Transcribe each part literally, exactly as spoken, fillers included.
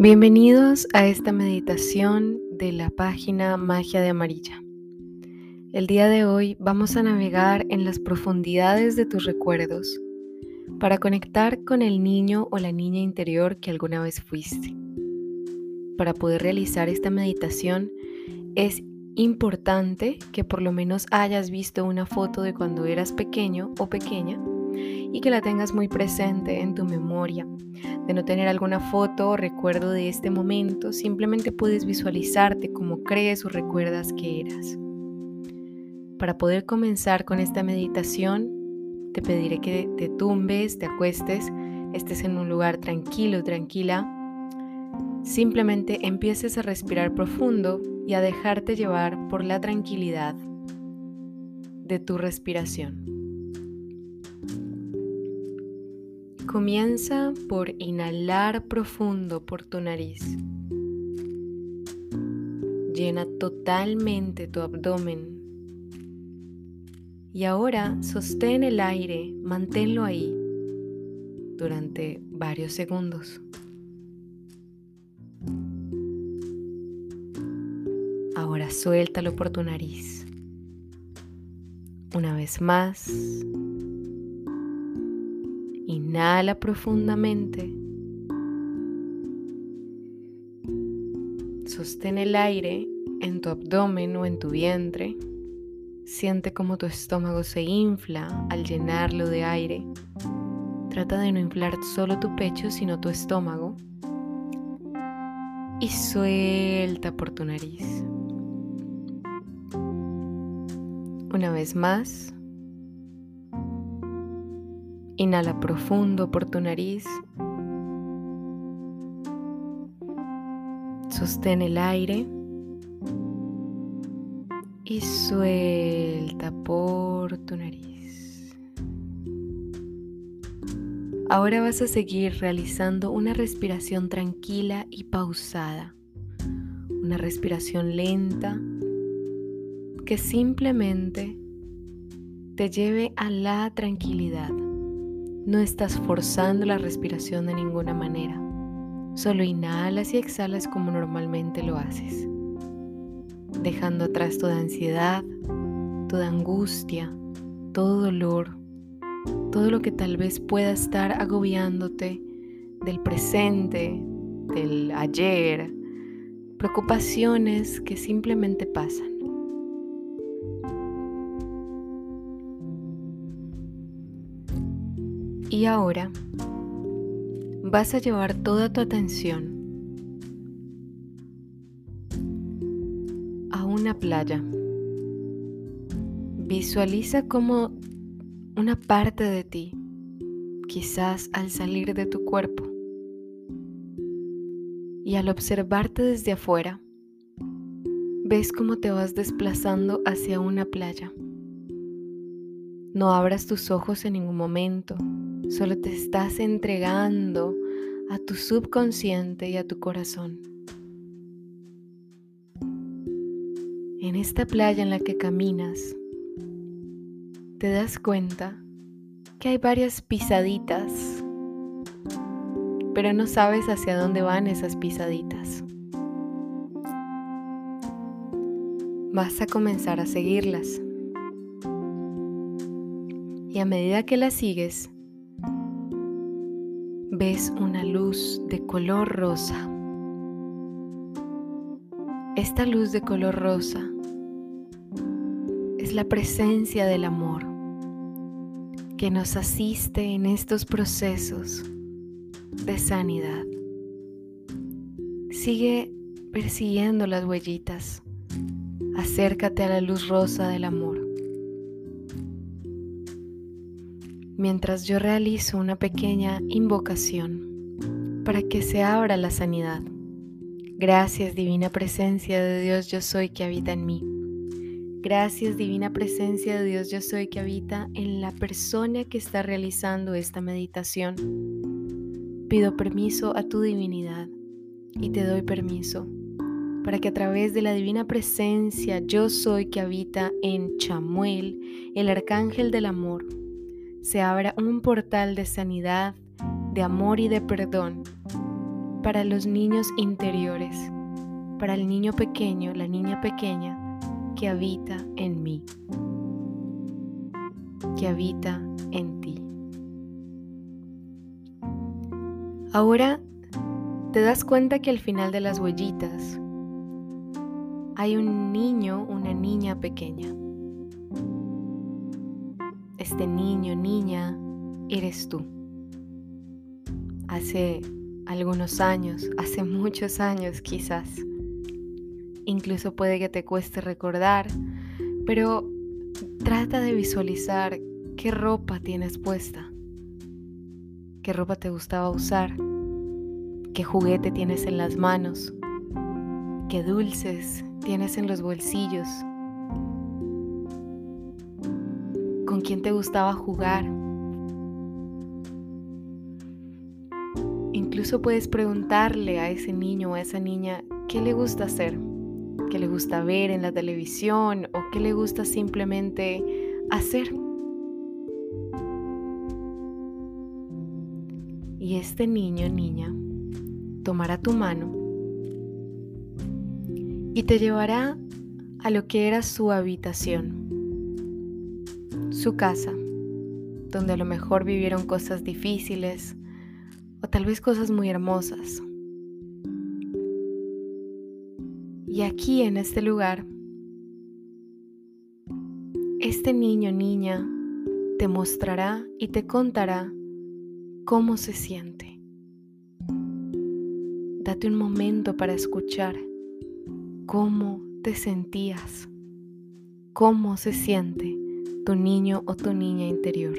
Bienvenidos a esta meditación de la página Magia de Amarilla. El día de hoy vamos a navegar en las profundidades de tus recuerdos para conectar con el niño o la niña interior que alguna vez fuiste. Para poder realizar esta meditación es importante que por lo menos hayas visto una foto de cuando eras pequeño o pequeña y que la tengas muy presente en tu memoria. De no tener alguna foto o recuerdo de este momento, simplemente puedes visualizarte como crees o recuerdas que eras. Para poder comenzar con esta meditación, te pediré que te tumbes, te acuestes, estés en un lugar tranquilo, tranquila. Simplemente empieces a respirar profundo y a dejarte llevar por la tranquilidad de tu respiración. Comienza por inhalar profundo por tu nariz. Llena totalmente tu abdomen. Y ahora sostén el aire, manténlo ahí durante varios segundos. Ahora suéltalo por tu nariz. Una vez más. Inhala profundamente. Sostén el aire en tu abdomen o en tu vientre. Siente cómo tu estómago se infla al llenarlo de aire. Trata de no inflar solo tu pecho, sino tu estómago. Y suelta por tu nariz. Una vez más. Inhala profundo por tu nariz. Sostén el aire. Y suelta por tu nariz. Ahora vas a seguir realizando una respiración tranquila y pausada. Una respiración lenta que simplemente te lleve a la tranquilidad. No estás forzando la respiración de ninguna manera. Solo inhalas y exhalas como normalmente lo haces. Dejando atrás toda ansiedad, toda angustia, todo dolor, todo lo que tal vez pueda estar agobiándote del presente, del ayer, preocupaciones que simplemente pasan. Y ahora vas a llevar toda tu atención a una playa. Visualiza cómo una parte de ti, quizás al salir de tu cuerpo y al observarte desde afuera, ves cómo te vas desplazando hacia una playa. No abras tus ojos en ningún momento. Solo te estás entregando a tu subconsciente y a tu corazón. En esta playa en la que caminas, te das cuenta que hay varias pisaditas, pero no sabes hacia dónde van esas pisaditas. Vas a comenzar a seguirlas. Y a medida que las sigues, ves una luz de color rosa. Esta luz de color rosa es la presencia del amor que nos asiste en estos procesos de sanidad. Sigue persiguiendo las huellitas. Acércate a la luz rosa del amor. Mientras yo realizo una pequeña invocación para que se abra la sanidad. Gracias, divina presencia de Dios, yo soy que habita en mí. Gracias, divina presencia de Dios, yo soy que habita en la persona que está realizando esta meditación. Pido permiso a tu divinidad y te doy permiso para que a través de la divina presencia yo soy que habita en Chamuel, el arcángel del amor, se abra un portal de sanidad, de amor y de perdón para los niños interiores, para el niño pequeño, la niña pequeña que habita en mí, que habita en ti. Ahora te das cuenta que al final de las huellitas hay un niño, una niña pequeña. Este niño, niña, eres tú. Hace algunos años, hace muchos años quizás, incluso puede que te cueste recordar, pero trata de visualizar qué ropa tienes puesta, qué ropa te gustaba usar, qué juguete tienes en las manos, qué dulces tienes en los bolsillos, con quién te gustaba jugar. Incluso puedes preguntarle a ese niño o a esa niña qué le gusta hacer, qué le gusta ver en la televisión o qué le gusta simplemente hacer. Y este niño o niña tomará tu mano y te llevará a lo que era su habitación, su casa, donde a lo mejor vivieron cosas difíciles o tal vez cosas muy hermosas. Y aquí en este lugar, este niño o niña te mostrará y te contará cómo se siente. Date un momento para escuchar cómo te sentías, cómo se siente tu niño o tu niña interior.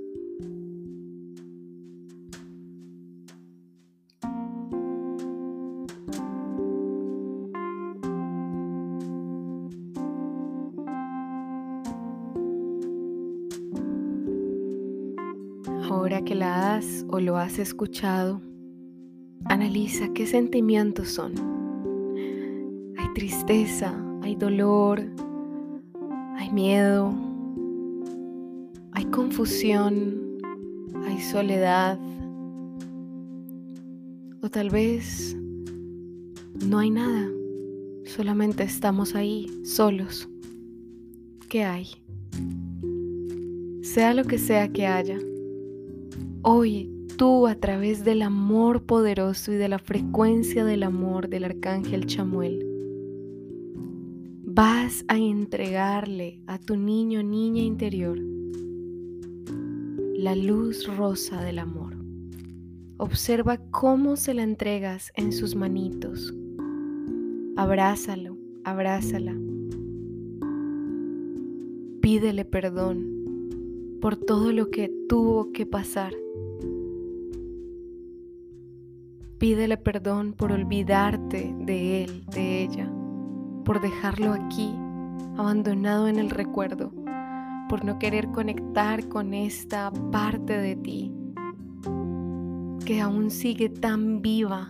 Ahora que la has o lo has escuchado, analiza qué sentimientos son. Hay tristeza, hay dolor, hay miedo, hay confusión, hay soledad, o tal vez no hay nada, solamente estamos ahí, solos. ¿Qué hay? Sea lo que sea que haya, hoy tú, a través del amor poderoso y de la frecuencia del amor del Arcángel Chamuel, vas a entregarle a tu niño o niña interior la luz rosa del amor. Observa cómo se la entregas en sus manitos. Abrázalo, abrázala. Pídele perdón por todo lo que tuvo que pasar. Pídele perdón por olvidarte de él, de ella, por dejarlo aquí, abandonado en el recuerdo, por no querer conectar con esta parte de ti que aún sigue tan viva.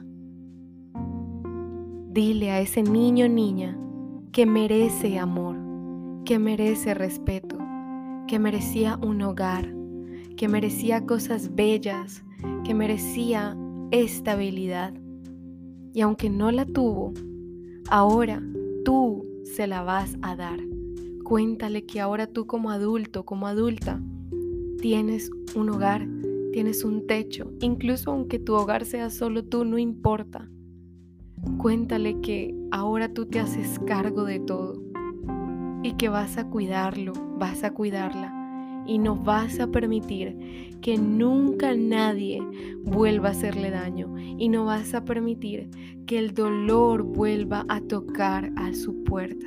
Dile a ese niño o niña que merece amor, que merece respeto, que merecía un hogar, que merecía cosas bellas, que merecía estabilidad. Y aunque no la tuvo, ahora tú se la vas a dar. Cuéntale que ahora tú como adulto, como adulta, tienes un hogar, tienes un techo. Incluso aunque tu hogar sea solo tú, no importa. Cuéntale que ahora tú te haces cargo de todo y que vas a cuidarlo, vas a cuidarla. Y no vas a permitir que nunca nadie vuelva a hacerle daño. Y no vas a permitir que el dolor vuelva a tocar a su puerta.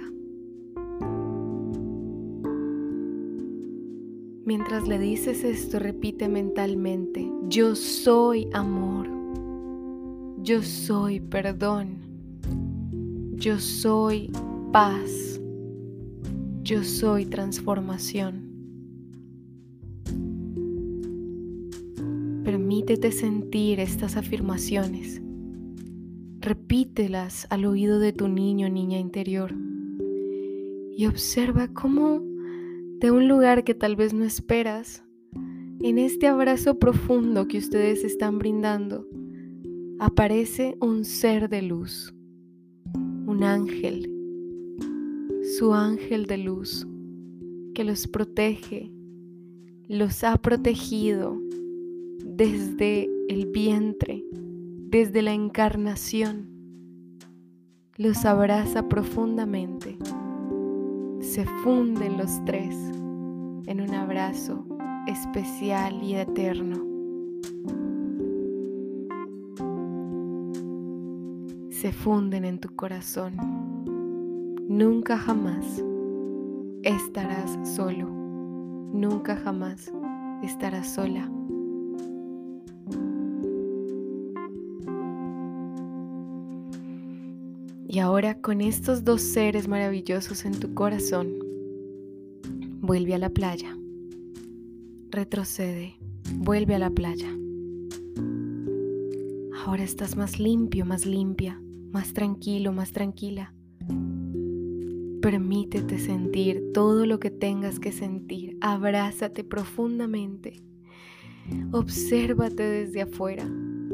Mientras le dices esto, repite mentalmente: yo soy amor. Yo soy perdón. Yo soy paz. Yo soy transformación. Permítete sentir estas afirmaciones. Repítelas al oído de tu niño o niña interior. Y observa cómo de un lugar que tal vez no esperas, en este abrazo profundo que ustedes están brindando, aparece un ser de luz, un ángel, su ángel de luz que los protege, los ha protegido desde el vientre, desde la encarnación. Los abraza profundamente. Se funden los tres en un abrazo especial y eterno. Se funden en tu corazón. Nunca jamás estarás solo. Nunca jamás estarás sola. Y ahora, con estos dos seres maravillosos en tu corazón, vuelve a la playa. Retrocede, vuelve a la playa. Ahora estás más limpio, más limpia, más tranquilo, más tranquila. Permítete sentir todo lo que tengas que sentir. Abrázate profundamente. Obsérvate desde afuera.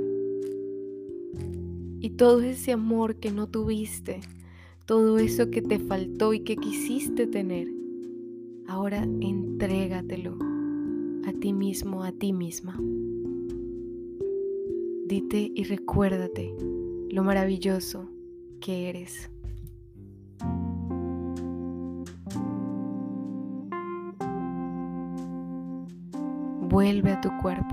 Y todo ese amor que no tuviste, todo eso que te faltó y que quisiste tener, ahora entrégatelo a ti mismo, a ti misma. Dite y recuérdate lo maravilloso que eres. Vuelve a tu cuerpo.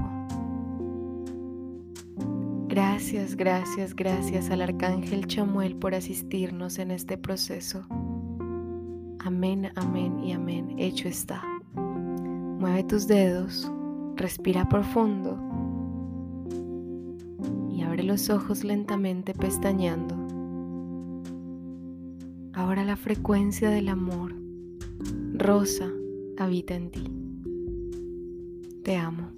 Gracias, gracias, gracias al Arcángel Chamuel por asistirnos en este proceso. Amén, amén y amén. Hecho está. Mueve tus dedos, respira profundo y abre los ojos lentamente pestañeando. Ahora la frecuencia del amor rosa habita en ti. Te amo.